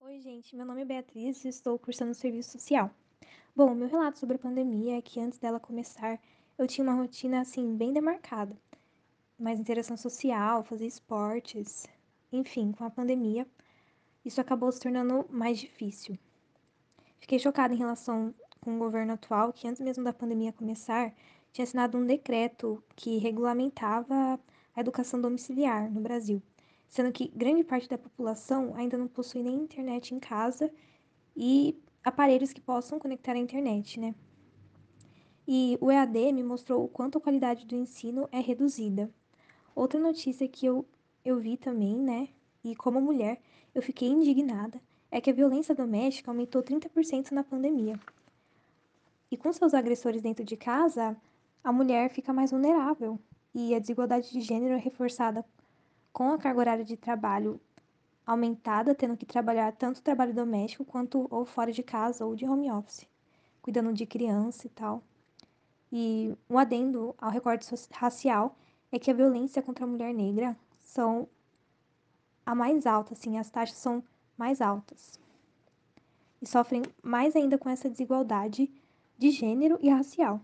Oi, gente, meu nome é Beatriz e estou cursando serviço social. Bom, meu relato sobre a pandemia é que antes dela começar, eu tinha uma rotina assim bem demarcada, mais interação social, fazer esportes. Enfim, com a pandemia, isso acabou se tornando mais difícil. Fiquei chocada em relação com o governo atual, que antes mesmo da pandemia começar, tinha assinado um decreto que regulamentava a educação domiciliar no Brasil, sendo que grande parte da população ainda não possui nem internet em casa e aparelhos que possam conectar à internet, né? E o EAD me mostrou o quanto a qualidade do ensino é reduzida. Outra notícia que eu vi também, né? E como mulher, eu fiquei indignada, é que a violência doméstica aumentou 30% na pandemia. E com seus agressores dentro de casa, a mulher fica mais vulnerável. E a desigualdade de gênero é reforçada com a carga horária de trabalho aumentada, tendo que trabalhar tanto trabalho doméstico quanto ou fora de casa ou de home office, cuidando de criança e tal. E um adendo ao recorte racial é que a violência contra a mulher negra são a mais alta, assim, as taxas são mais altas. E sofrem mais ainda com essa desigualdade de gênero e racial.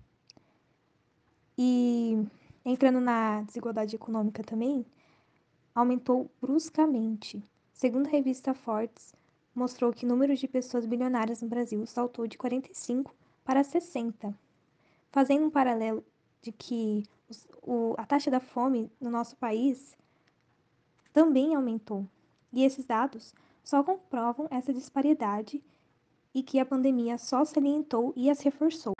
E entrando na desigualdade econômica também, aumentou bruscamente. Segundo a revista Forbes, mostrou que o número de pessoas bilionárias no Brasil saltou de 45 para 60, fazendo um paralelo de que a taxa da fome no nosso país também aumentou. E esses dados só comprovam essa disparidade e que a pandemia só salientou e as reforçou.